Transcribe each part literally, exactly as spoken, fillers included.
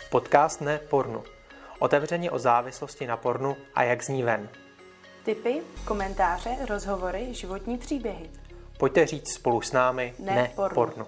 Podcast Ne pornu. Otevřeně o závislosti na pornu a jak z ní ven. Tipy, komentáře, rozhovory, životní příběhy. Pojďte říct spolu s námi Ne, ne pornu. pornu.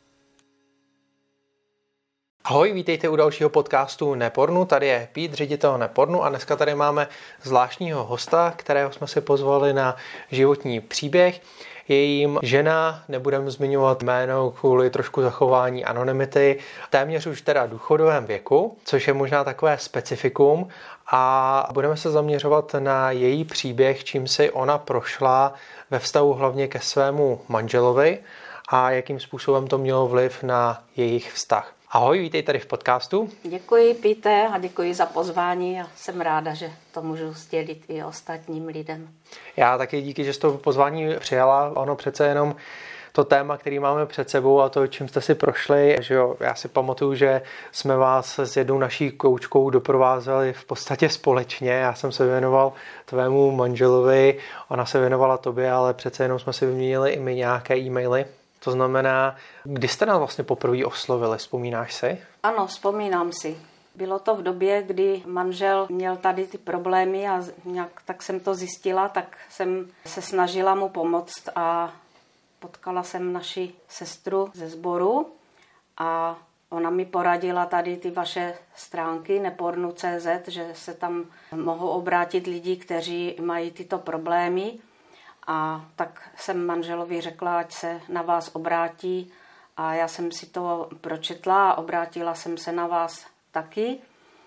Ahoj, vítejte u dalšího podcastu Ne pornu. Tady je Pít, ředitel Ne pornu, a dneska tady máme zvláštního hosta, kterého jsme si pozvali na životní příběh. Je jím žena, nebudeme zmiňovat jméno kvůli trošku zachování anonymity, téměř už teda důchodovém věku, což je možná takové specifikum, a budeme se zaměřovat na její příběh, čím si ona prošla ve vztahu hlavně ke svému manželovi a jakým způsobem to mělo vliv na jejich vztah. Ahoj, vítej tady v podcastu. Děkuji, Píte, a děkuji za pozvání a jsem ráda, že to můžu sdělit i ostatním lidem. Já taky díky, že jsi to pozvání přijala. Ono přece jenom to téma, který máme před sebou a to, čím jste si prošli, že jo, já si pamatuju, že jsme vás s jednou naší koučkou doprovázeli v podstatě společně. Já jsem se věnoval tvému manželovi, ona se věnovala tobě, ale přece jenom jsme si vyměnili i my nějaké e-maily. To znamená, kdy jste nás vlastně poprvé oslovili, vzpomínáš si? Ano, vzpomínám si. Bylo to v době, kdy manžel měl tady ty problémy a nějak tak jsem to zjistila, tak jsem se snažila mu pomoct a potkala jsem naši sestru ze sboru a ona mi poradila tady ty vaše stránky nepornu tečka cé zet, že se tam mohou obrátit lidi, kteří mají tyto problémy. A tak jsem manželovi řekla, ať se na vás obrátí, a já jsem si to pročetla a obrátila jsem se na vás taky,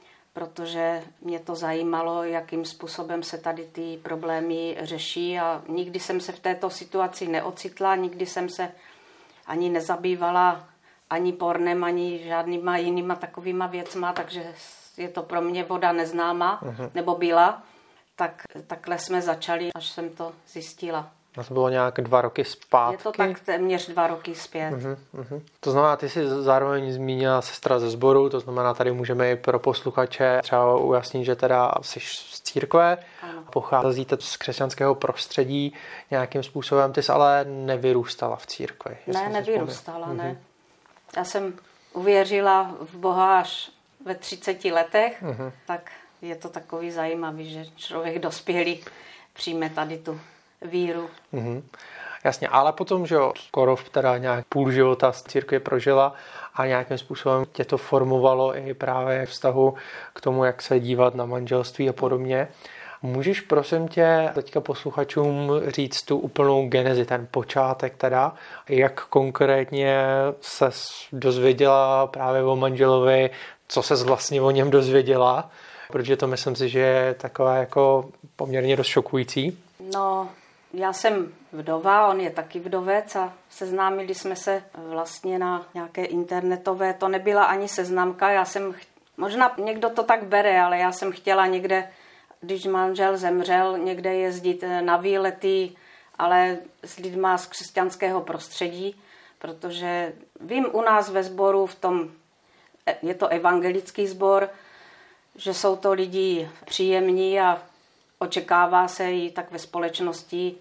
protože mě to zajímalo, jakým způsobem se tady ty problémy řeší, a nikdy jsem se v této situaci neocitla, nikdy jsem se ani nezabývala ani pornem, ani žádnýma jinýma takovýma věcma, takže je to pro mě voda neznámá, uh-huh. nebo byla. Tak takhle jsme začali, až jsem to zjistila. To bylo nějak dva roky zpátky? Je to tak téměř dva roky zpět. Uh-huh, uh-huh. To znamená, ty jsi zároveň zmínila sestra ze sboru, to znamená, tady můžeme i pro posluchače třeba ujasnit, že teda jsi z církve, ano. Pocházíte z křesťanského prostředí nějakým způsobem, ty jsi ale nevyrůstala v církvi. Ne, nevyrůstala, uh-huh. ne. Já jsem uvěřila v Boha až ve třiceti letech, uh-huh. tak je to takový zajímavý, že člověk dospělý přijme tady tu víru. Mm-hmm. Jasně, ale potom, že jo, skoro teda nějak půl života z církve prožila a nějakým způsobem tě to formovalo i právě v vztahu k tomu, jak se dívat na manželství a podobně. Můžeš prosím tě teďka posluchačům říct tu úplnou genezi, ten počátek teda, jak konkrétně ses dozvěděla právě o manželovi, co ses vlastně o něm dozvěděla? Protože to myslím si, že je takové jako poměrně dost šokující. No, já jsem vdova, on je taky vdovec a seznámili jsme se vlastně na nějaké internetové, to nebyla ani seznamka, já jsem, možná někdo to tak bere, ale já jsem chtěla někde, když manžel zemřel, někde jezdit na výlety, ale s lidma z křesťanského prostředí, protože vím u nás ve sboru, v tom, je to evangelický sbor, že jsou to lidi příjemní a očekává se i tak ve společnosti,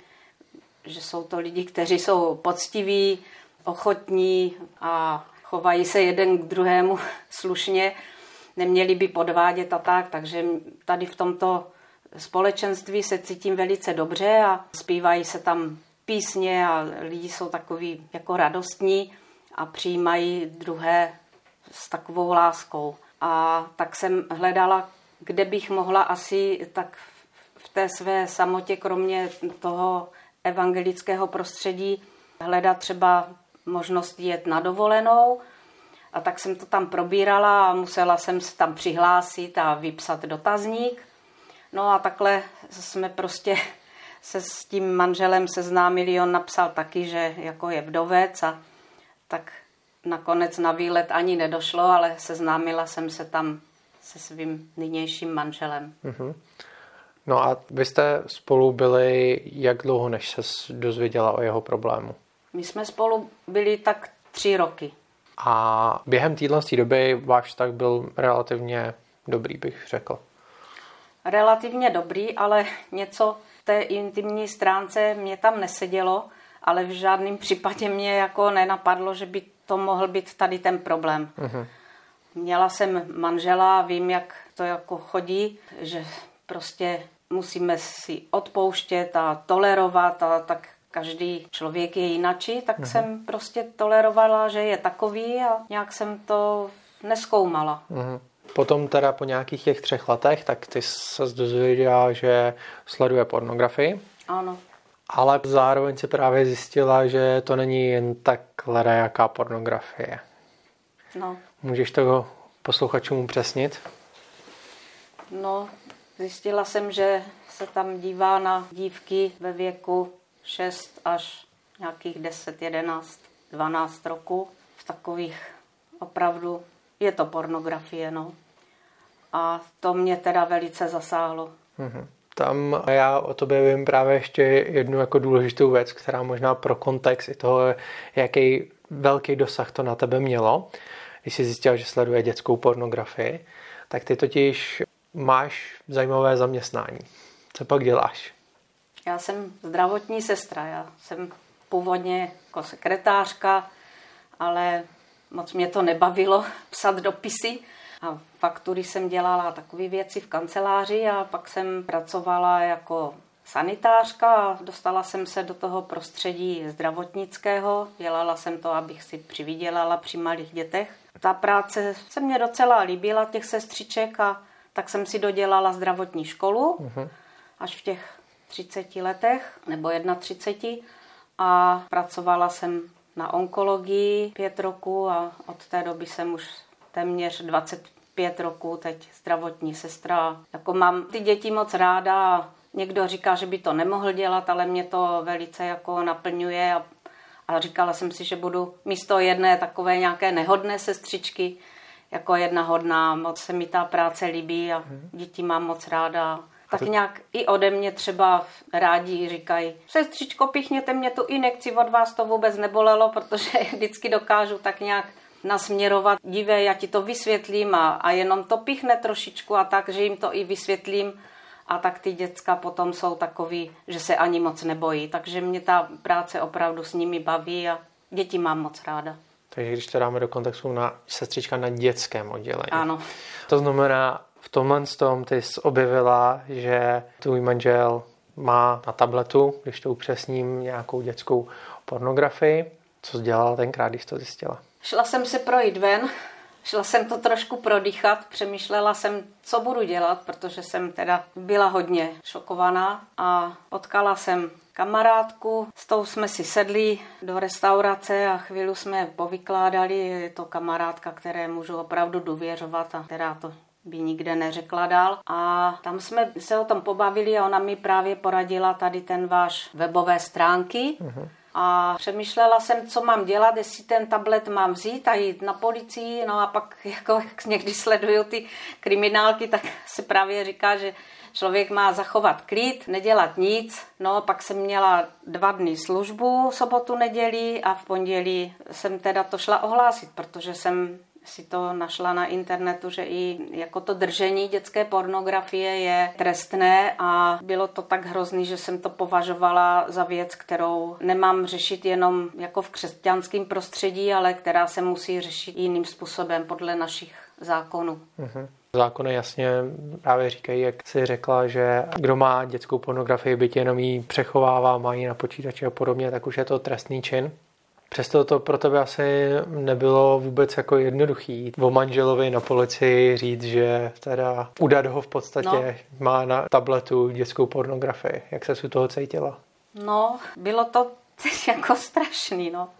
že jsou to lidi, kteří jsou poctiví, ochotní a chovají se jeden k druhému slušně, neměli by podvádět a tak, takže tady v tomto společenství se cítím velice dobře a zpívají se tam písně a lidi jsou takový jako radostní a přijímají druhé s takovou láskou. A tak jsem hledala, kde bych mohla asi tak v té své samotě, kromě toho evangelického prostředí, hledat třeba možnost jet na dovolenou. A tak jsem to tam probírala a musela jsem se tam přihlásit a vypsat dotazník. No a takhle jsme prostě se s tím manželem seznámili, on napsal taky, že jako je vdovec, a tak nakonec na výlet ani nedošlo, ale seznámila jsem se tam se svým nynějším manželem. Mm-hmm. No a vy jste spolu byli jak dlouho, než se dozvěděla o jeho problému? My jsme spolu byli tak tři roky. A během téhle doby váš vztah byl relativně dobrý, bych řekl. Relativně dobrý, ale něco v té intimní stránce mě tam nesedělo, ale v žádném případě mě jako nenapadlo, že by to mohl být tady ten problém. Uh-huh. Měla jsem manžela, vím, jak to jako chodí, že prostě musíme si odpouštět a tolerovat a tak každý člověk je jinačí, tak mm. jsem prostě tolerovala, že je takový a nějak jsem to nezkoumala. Mm. Potom teda po nějakých těch třech letech, tak ty se dozvěděla, že sleduje pornografii. Ano. Ale zároveň si právě zjistila, že to není jen tak ledajaká pornografie. No. Můžeš to posluchačům upřesnit? No, zjistila jsem, že se tam dívá na dívky ve věku šest až nějakých deset, jedenáct, dvanáct roku. V takových opravdu, je to pornografie, no. A to mě teda velice zasáhlo. Mm-hmm. Tam já o tobě vím právě ještě jednu jako důležitou věc, která možná pro kontext i toho, jaký velký dosah to na tebe mělo. Když jsi zjistila, že sleduje dětskou pornografii, tak ty totiž máš zajímavé zaměstnání. Co pak děláš? Já jsem zdravotní sestra. Já jsem původně jako sekretářka, ale moc mě to nebavilo psat dopisy. A faktury jsem dělala takové věci v kanceláři a pak jsem pracovala jako sanitářka a dostala jsem se do toho prostředí zdravotnického. Dělala jsem to, abych si přivydělala při malých dětech. Ta práce se mě docela líbila, těch sestřiček, a tak jsem si dodělala zdravotní školu uh-huh. až v těch třiceti letech nebo třiceti a pracovala jsem na onkologii pět roků a od té doby jsem už téměř dvacet pět roků teď zdravotní sestra. Jako mám ty děti moc ráda a někdo říká, že by to nemohl dělat, ale mě to velice jako naplňuje a, a říkala jsem si, že budu místo jedné takové nějaké nehodné sestřičky jako jedna hodná. Moc se mi ta práce líbí a děti mám moc ráda. Tak nějak i ode mě třeba rádi říkají, sestřičko, pichněte mě tu injekci, od vás to vůbec nebolelo, protože vždycky dokážu tak nějak nasměrovat, dívej, já ti to vysvětlím a, a jenom to pichne trošičku a tak, že jim to i vysvětlím a tak ty děcka potom jsou takový, že se ani moc nebojí, takže mě ta práce opravdu s nimi baví a děti mám moc ráda. Takže když to dáme do kontextu na sestřička na dětském oddělení. Ano. To znamená, v tomhle tom ty jsi objevila, že tvůj manžel má na tabletu, když to upřesním, nějakou dětskou pornografii. Co jsi dělala tenkrát, když to zjistila? Šla jsem se projít ven, šla jsem to trošku prodýchat, přemýšlela jsem, co budu dělat, protože jsem teda byla hodně šokovaná a potkala jsem kamarádku, s tou jsme si sedli do restaurace a chvíli jsme povykládali, je to kamarádka, které můžu opravdu důvěřovat a která to by nikde neřekla dál. A tam jsme se o tom pobavili a ona mi právě poradila tady ten váš webové stránky. Uh-huh. A přemýšlela jsem, co mám dělat, jestli ten tablet mám vzít a jít na policii. No a pak, jako jak někdy sleduju ty kriminálky, tak se právě říká, že člověk má zachovat klid, nedělat nic. No pak jsem měla dva dny službu, sobotu, neděli a v pondělí jsem teda to šla ohlásit, protože jsem si to našla na internetu, že i jako to držení dětské pornografie je trestné a bylo to tak hrozný, že jsem to považovala za věc, kterou nemám řešit jenom jako v křesťanském prostředí, ale která se musí řešit jiným způsobem podle našich zákonů. Mhm. Zákony jasně právě říkají, jak jsi řekla, že kdo má dětskou pornografii, byť jenom ji přechovává, má ji na počítači a podobně, tak už je to trestný čin. Přesto to pro tebe asi nebylo vůbec jako jednoduchý o manželovi na policii říct, že teda udat ho v podstatě no. má na tabletu dětskou pornografii. Jak se u toho cítila? No, bylo to jako strašný, no.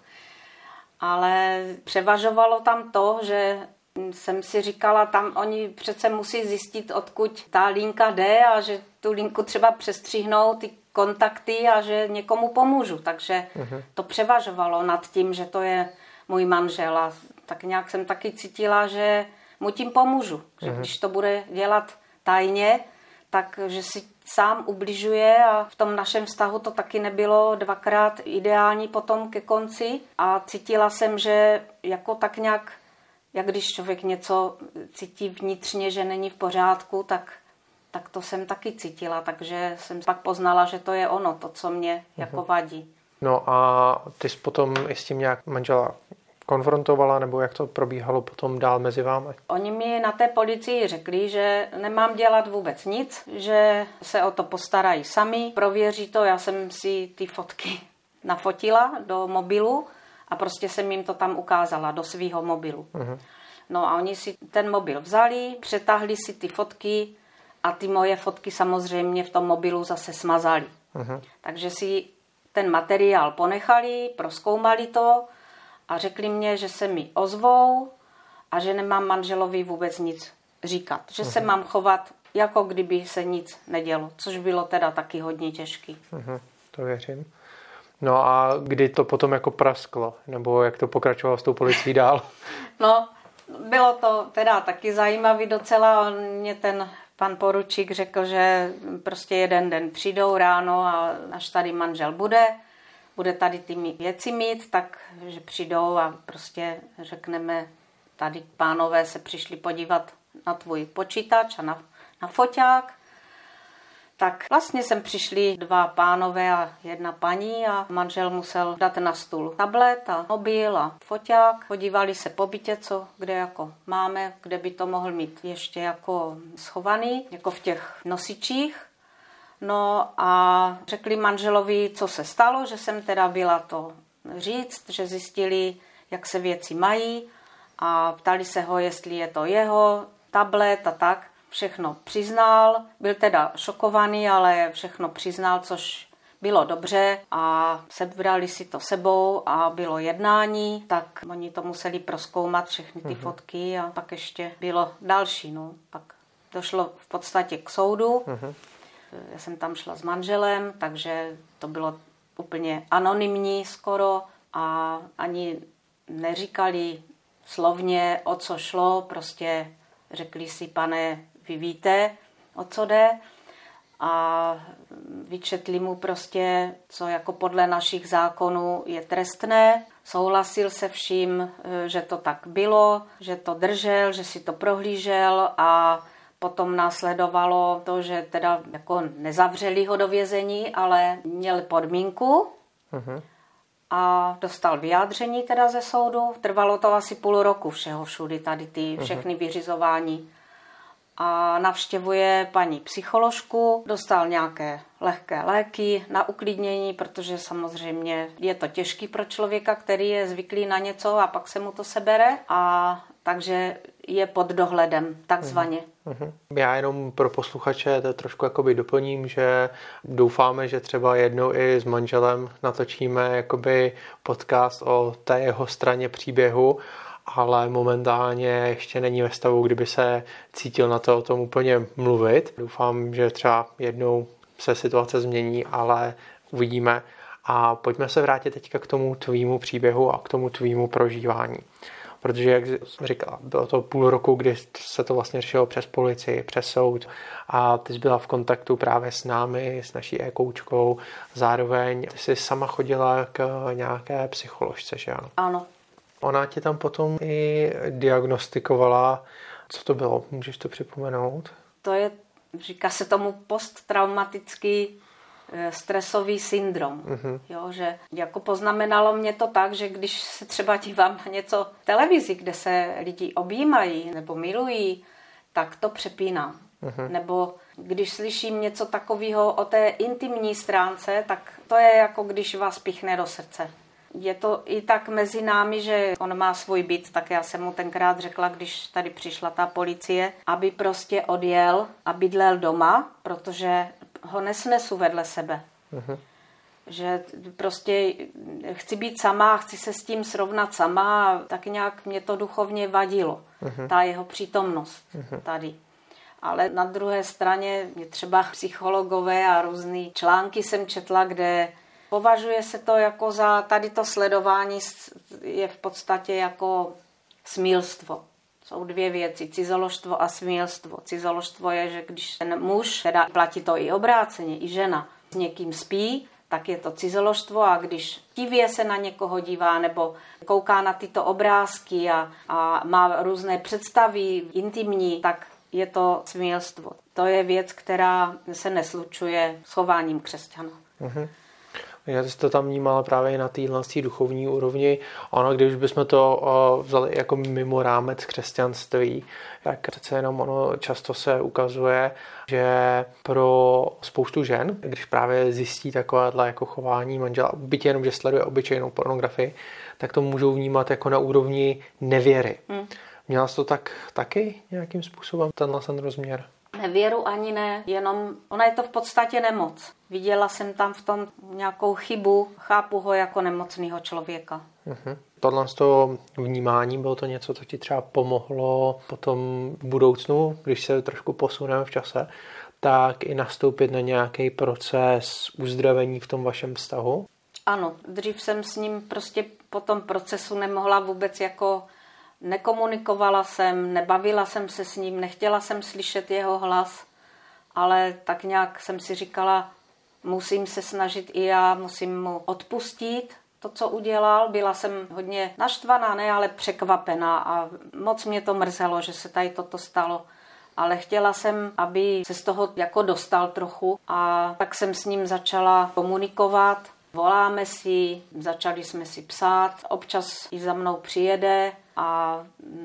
Ale převažovalo tam to, že jsem si říkala, tam oni přece musí zjistit, odkud ta linka jde a že tu linku třeba přestřihnou ty kontakty a že někomu pomůžu. Takže uh-huh. to převažovalo nad tím, že to je můj manžel. A tak nějak jsem taky cítila, že mu tím pomůžu. Že uh-huh. když to bude dělat tajně, tak že si sám ubližuje a v tom našem vztahu to taky nebylo dvakrát ideální potom ke konci. A cítila jsem, že jako tak nějak, jak když člověk něco cítí vnitřně, že není v pořádku, tak tak to jsem taky cítila, takže jsem pak poznala, že to je ono, to, co mě jako vadí. No a ty jsi potom i s tím nějak manžela konfrontovala, nebo jak to probíhalo potom dál mezi vámi? Oni mi na té policii řekli, že nemám dělat vůbec nic, že se o to postarají sami, prověří to. Já jsem si ty fotky nafotila do mobilu a prostě jsem jim to tam ukázala do svého mobilu. Uh-huh. No a oni si ten mobil vzali, přetáhli si ty fotky a ty moje fotky samozřejmě v tom mobilu zase smazali. Uh-huh. Takže si ten materiál ponechali, prozkoumali to a řekli mě, že se mi ozvou a že nemám manželovi vůbec nic říkat. Že uh-huh. se mám chovat, jako kdyby se nic nedělo, což bylo teda taky hodně těžký. Uh-huh. To věřím. No a kdy to potom jako prasklo? Nebo jak to pokračovalo s tou policií dál? No, bylo to teda taky zajímavý docela. On mě ten pan poručík řekl, že prostě jeden den přijdou ráno a až tady manžel bude, bude tady ty věci mít, tak že přijdou a prostě řekneme, tady pánové se přišli podívat na tvůj počítač a na, na foťák. Tak vlastně sem přišli dva pánové a jedna paní a manžel musel dát na stůl tablet a mobil a foťák. Podívali se po bytě, co kde jako máme, kde by to mohl mít ještě jako schovaný, jako v těch nosičích. No a řekli manželovi, co se stalo, že jsem teda byla to říct, že zjistili, jak se věci mají a ptali se ho, jestli je to jeho tablet a tak. Všechno přiznal, byl teda šokovaný, ale všechno přiznal, což bylo dobře a sebrali si to sebou a bylo jednání, tak oni to museli prozkoumat všechny ty uh-huh. fotky a pak ještě bylo další. No. Pak došlo v podstatě k soudu. Uh-huh. Já jsem tam šla s manželem, takže to bylo úplně anonymní skoro a ani neříkali slovně, o co šlo, prostě řekli si, pane, vy víte, o co jde a vyčetli mu prostě, co jako podle našich zákonů je trestné. Souhlasil se vším, že to tak bylo, že to držel, že si to prohlížel a potom následovalo to, že teda jako nezavřeli ho do vězení, ale měl podmínku uh-huh. a dostal vyjádření teda ze soudu. Trvalo to asi půl roku všeho všudy, tady ty všechny uh-huh. vyřizování. A navštěvuje paní psycholožku, dostal nějaké lehké léky na uklidnění, protože samozřejmě je to těžký pro člověka, který je zvyklý na něco a pak se mu to sebere a takže je pod dohledem, takzvaně. Uhum. Já jenom pro posluchače to trošku jakoby doplním, že doufáme, že třeba jednou i s manželem natočíme jakoby podcast o té jeho straně příběhu, ale momentálně ještě není ve stavu, kdyby se cítil na to o tom úplně mluvit. Doufám, že třeba jednou se situace změní, ale uvidíme. A pojďme se vrátit teďka k tomu tvýmu příběhu a k tomu tvýmu prožívání. Protože, jak jsem říkala, bylo to půl roku, kdy se to vlastně řešilo přes policii, přes soud a ty jsi byla v kontaktu právě s námi, s naší e-koučkou. Zároveň ty jsi sama chodila k nějaké psycholožce, že ano? Ano. Ona ti tam potom i diagnostikovala. Co to bylo? Můžeš to připomenout? To je, říká se tomu posttraumatický stresový syndrom. Uh-huh. Jo, že jako poznamenalo mě to tak, že když se třeba dívám na něco v televizi, kde se lidi objímají nebo milují, tak to přepínám. Uh-huh. Nebo když slyším něco takového o té intimní stránce, tak to je jako když vás pichne do srdce. Je to i tak mezi námi, že on má svůj byt, tak já jsem mu tenkrát řekla, když tady přišla ta policie, aby prostě odjel a bydlel doma, protože ho nesnesu vedle sebe. Uh-huh. Že prostě chci být sama, chci se s tím srovnat sama a tak nějak mě to duchovně vadilo, uh-huh. ta jeho přítomnost uh-huh. tady. Ale na druhé straně mě třeba psychologové a různý články jsem četla, kde považuje se to jako za, tady to sledování je v podstatě jako smilstvo. Jsou dvě věci, cizoložstvo a smilstvo. Cizoložstvo je, že když ten muž, teda platí to i obráceně, i žena, s někým spí, tak je to cizoložstvo a když divě se na někoho dívá nebo kouká na tyto obrázky a, a má různé představy intimní, tak je to smilstvo. To je věc, která se neslučuje s chováním křesťana. Mhm. Já jsi to tam vnímala právě na téhle duchovní úrovni. Ono, když bychom to vzali jako mimo rámec křesťanství, tak přece jenom ono často se ukazuje, že pro spoustu žen, když právě zjistí takovéhle jako chování manžela, byť jenom, že sleduje obyčejnou pornografii, tak to můžou vnímat jako na úrovni nevěry. Hmm. Měla jsi to tak taky nějakým způsobem, tenhle ten rozměr? Nevěru ani ne, jenom ona je to v podstatě nemoc. Viděla jsem tam v tom nějakou chybu, chápu ho jako nemocného člověka. Uh-huh. Tohle z toho vnímání, bylo to něco, co ti třeba pomohlo potom v budoucnu, když se trošku posuneme v čase, tak i nastoupit na nějaký proces uzdravení v tom vašem vztahu? Ano, dřív jsem s ním prostě po tom procesu nemohla vůbec jako nekomunikovala jsem, nebavila jsem se s ním, nechtěla jsem slyšet jeho hlas, ale tak nějak jsem si říkala, musím se snažit i já, musím mu odpustit to, co udělal. Byla jsem hodně naštvaná, ne, ale překvapená a moc mě to mrzelo, že se tady toto stalo. Ale chtěla jsem, aby se z toho jako dostal trochu a tak jsem s ním začala komunikovat. Voláme si, začali jsme si psát, občas i za mnou přijede a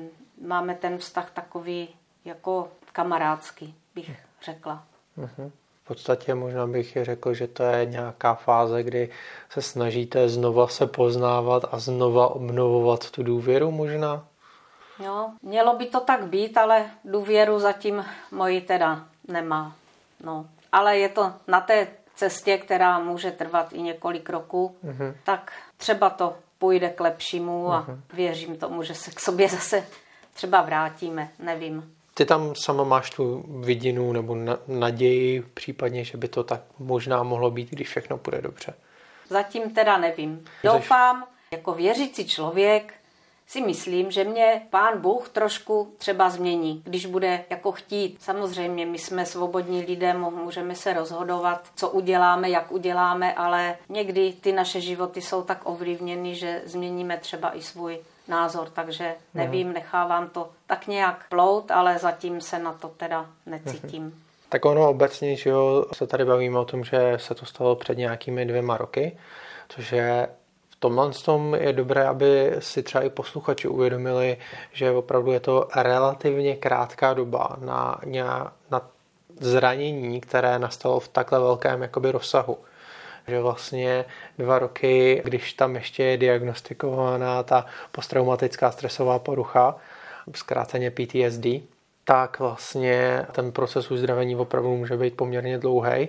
máme ten vztah takový jako kamarádský, bych řekla. Uh-huh. V podstatě možná bych řekl, že to je nějaká fáze, kdy se snažíte znova se poznávat a znova obnovovat tu důvěru možná? Jo, mělo by to tak být, ale důvěru zatím moji teda nemá. No, ale je to na té cestě, která může trvat i několik roků, uh-huh. tak třeba to půjde k lepšímu a uh-huh. věřím tomu, že se k sobě zase třeba vrátíme, nevím. Ty tam sama máš tu vidinu nebo na, naději případně, že by to tak možná mohlo být, když všechno půjde dobře? Zatím teda nevím. Doufám, jako věřící člověk si myslím, že mě Pán Bůh trošku třeba změní, když bude jako chtít. Samozřejmě my jsme svobodní lidé, můžeme se rozhodovat, co uděláme, jak uděláme, ale někdy ty naše životy jsou tak ovlivněny, že změníme třeba i svůj názor, takže nevím, nechávám to tak nějak plout, ale zatím se na to teda necítím. Tak ono obecně, že jo, se tady bavíme o tom, že se to stalo před nějakými dvěma roky, což je v tomhle tom je dobré, aby si třeba i posluchači uvědomili, že opravdu je to relativně krátká doba na, na zranění, které nastalo v takhle velkém jakoby rozsahu. Že vlastně dva roky, když tam ještě je diagnostikovaná ta posttraumatická stresová porucha, zkráceně P T S D, tak vlastně ten proces uzdravení opravdu může být poměrně dlouhý.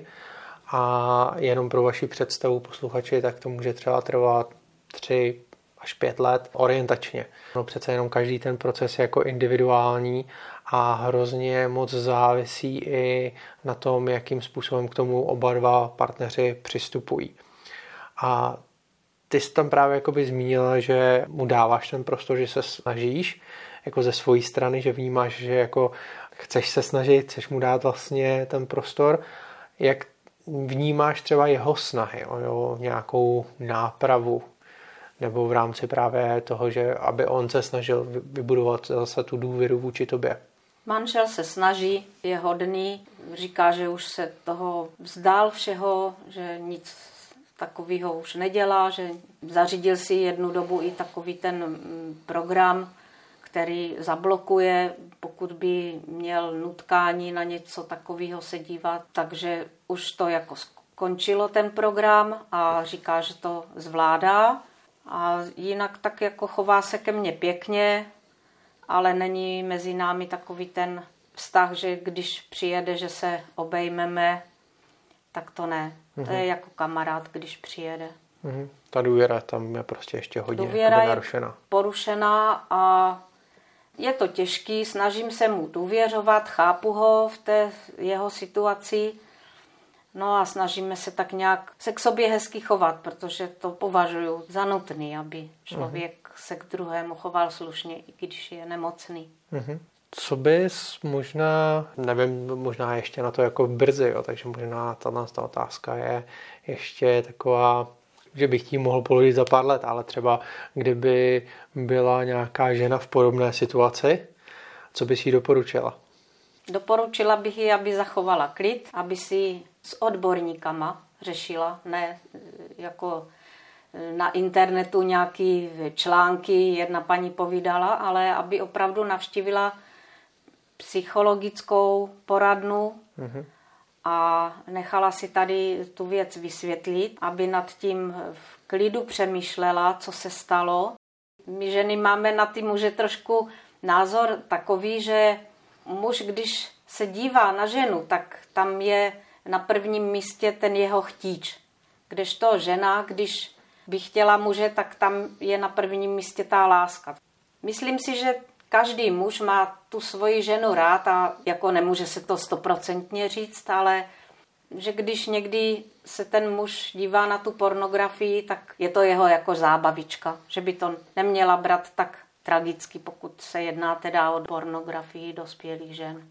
A jenom pro vaši představu posluchači, tak to může třeba trvat tři až pět let orientačně. No přece jenom každý ten proces je jako individuální a hrozně moc závisí i na tom, jakým způsobem k tomu oba dva partneři přistupují. A ty jsi tam právě jakoby zmínila, že mu dáváš ten prostor, že se snažíš jako ze své strany, že vnímáš, že jako chceš se snažit, chceš mu dát vlastně ten prostor. Jak vnímáš třeba jeho snahy o jo, nějakou nápravu nebo v rámci právě toho, že aby on se snažil vybudovat zase tu důvěru vůči tobě? Manžel se snaží, je hodný, říká, že už se toho vzdál všeho, že nic takového už nedělá, že zařídil si jednu dobu i takový ten program, který zablokuje, pokud by měl nutkání na něco takového se dívat. Takže už to jako skončilo ten program a říká, že to zvládá. A jinak tak jako chová se ke mně pěkně, ale není mezi námi takový ten vztah, že když přijede, že se obejmeme, tak to ne. Mm-hmm. To je jako kamarád, když přijede. Mm-hmm. Ta důvěra tam je prostě ještě hodně důvěra narušená. Je porušená a je to těžký, snažím se mu důvěřovat, chápu ho v té jeho situaci, no a snažíme se tak nějak se k sobě hezky chovat, protože to považuji za nutný, aby člověk uh-huh. se k druhému choval slušně, i když je nemocný. Uh-huh. Co bys možná, nevím, možná ještě na to jako brzy, jo, takže možná tato ta otázka je ještě taková, že bych ji mohl položit za pár let, ale třeba kdyby byla nějaká žena v podobné situaci, co bys jí doporučila? Doporučila bych jí, aby zachovala klid, aby si s odborníkama řešila, ne jako na internetu nějaký články, jedna paní povídala, ale aby opravdu navštívila psychologickou poradnu mm-hmm. a nechala si tady tu věc vysvětlit, aby nad tím v klidu přemýšlela, co se stalo. My ženy máme na ty muže trošku názor takový, že muž, když se dívá na ženu, tak tam je na prvním místě ten jeho chtíč. Kdežto žena, když by chtěla muže, tak tam je na prvním místě ta láska. Myslím si, že každý muž má tu svoji ženu rád a jako nemůže se to stoprocentně říct, ale že když někdy se ten muž dívá na tu pornografii, tak je to jeho jako zábavička, že by to neměla brát tak tragicky, pokud se jedná teda o pornografii dospělých žen.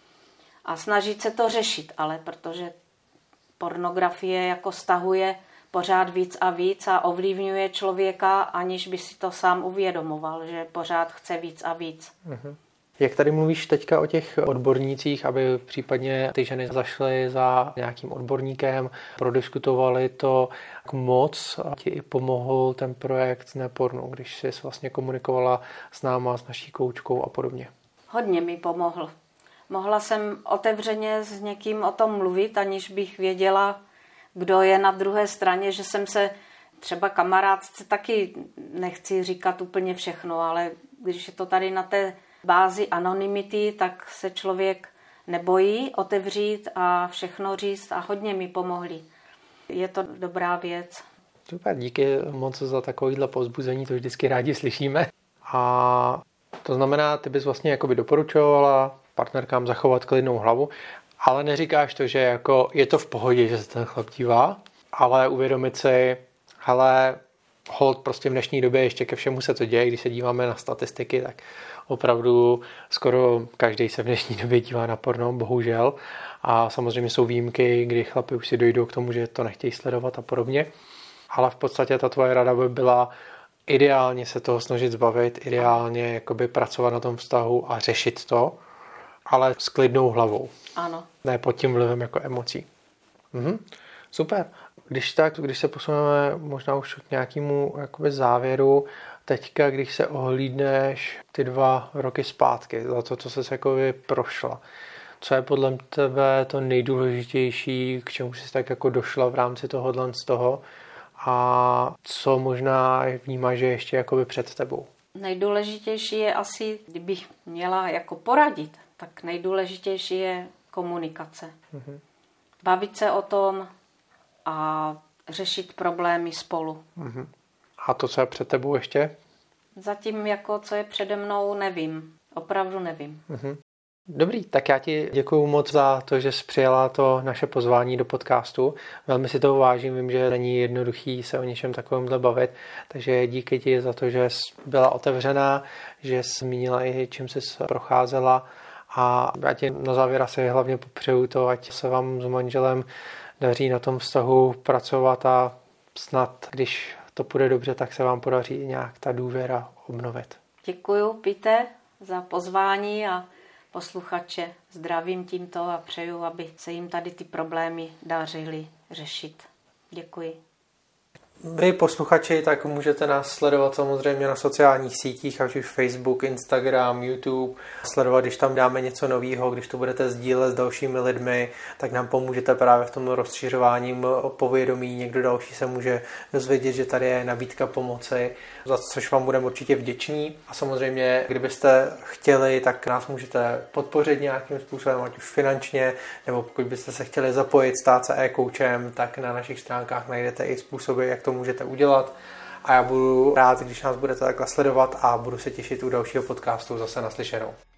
A snažit se to řešit, ale protože pornografie jako stahuje pořád víc a víc a ovlivňuje člověka, aniž by si to sám uvědomoval, že pořád chce víc a víc. Mhm. Jak tady mluvíš teďka o těch odbornících, aby případně ty ženy zašly za nějakým odborníkem, prodiskutovali to, jak moc ti i pomohl ten projekt Nepornu, když jsi vlastně komunikovala s náma, s naší koučkou a podobně? Hodně mi pomohl. Mohla jsem otevřeně s někým o tom mluvit, aniž bych věděla, kdo je na druhé straně, že jsem se třeba kamarádce taky nechci říkat úplně všechno, ale když je to tady na té bázi anonymity, tak se člověk nebojí otevřít a všechno říct a hodně mi pomohli. Je to dobrá věc. Super, díky moc za takovýhle povzbuzení, to vždycky rádi slyšíme. A to znamená, ty bys vlastně jakoby doporučovala partnerkám zachovat klidnou hlavu, ale neříkáš to, že jako je to v pohodě, že se ten chlap dívá, ale uvědomit si, hele, hold prostě v dnešní době ještě ke všemu se to děje, když se díváme na statistiky, tak opravdu skoro každý se v dnešní době dívá na porno, bohužel. A samozřejmě jsou výjimky, kdy chlapi už si dojdou k tomu, že to nechtějí sledovat a podobně. Ale v podstatě ta tvoje rada by byla ideálně se toho snažit zbavit, ideálně jakoby pracovat na tom vztahu a řešit to, ale s klidnou hlavou. Ano. Ne pod tím vlivem jako emocí. Mhm. Super. Když tak, když se posuneme možná už k nějakému jakoby závěru, teďka, když se ohlídneš ty dva roky zpátky, za to, co jsi jakoby prošla, co je podle tebe to nejdůležitější, k čemu jsi tak jako došla v rámci tohohle z toho a co možná vnímáš, že ještě jakoby před tebou? Nejdůležitější je asi, kdybych měla jako poradit, tak nejdůležitější je komunikace. Mm-hmm. Bavit se o tom a řešit problémy spolu. Mm-hmm. A to, co je před tebou ještě? Zatím jako, co je přede mnou, nevím. Opravdu nevím. Mm-hmm. Dobrý, tak já ti děkuju moc za to, že jsi přijala to naše pozvání do podcastu. Velmi si toho vážím, vím, že není jednoduchý se o něčem takovémhle bavit, takže díky ti za to, že jsi byla otevřená, že jsi zmínila i čím jsi procházela a já ti na závěr asi hlavně popřeju to, ať se vám s manželem daří na tom vztahu pracovat a snad, když to půjde dobře, tak se vám podaří nějak ta důvěra obnovit. Děkuju, Píte, za pozvání a posluchače zdravím tímto a přeju, aby se jim tady ty problémy dařily řešit. Děkuji. Vy posluchači, tak můžete nás sledovat samozřejmě na sociálních sítích, ať už Facebook, Instagram, YouTube. Sledovat, když tam dáme něco nového, když to budete sdílet s dalšími lidmi, tak nám pomůžete právě v tom rozšiřování povědomí. Někdo další se může dozvědět, že tady je nabídka pomoci, za což vám budeme určitě vděční. A samozřejmě, kdybyste chtěli, tak nás můžete podpořit nějakým způsobem, ať už finančně, nebo pokud byste se chtěli zapojit, stát se e-coachem, tak na našich stránkách najdete i způsoby, jak to můžete udělat a já budu rád, když nás budete takhle sledovat a budu se těšit u dalšího podcastu zase naslyšenou.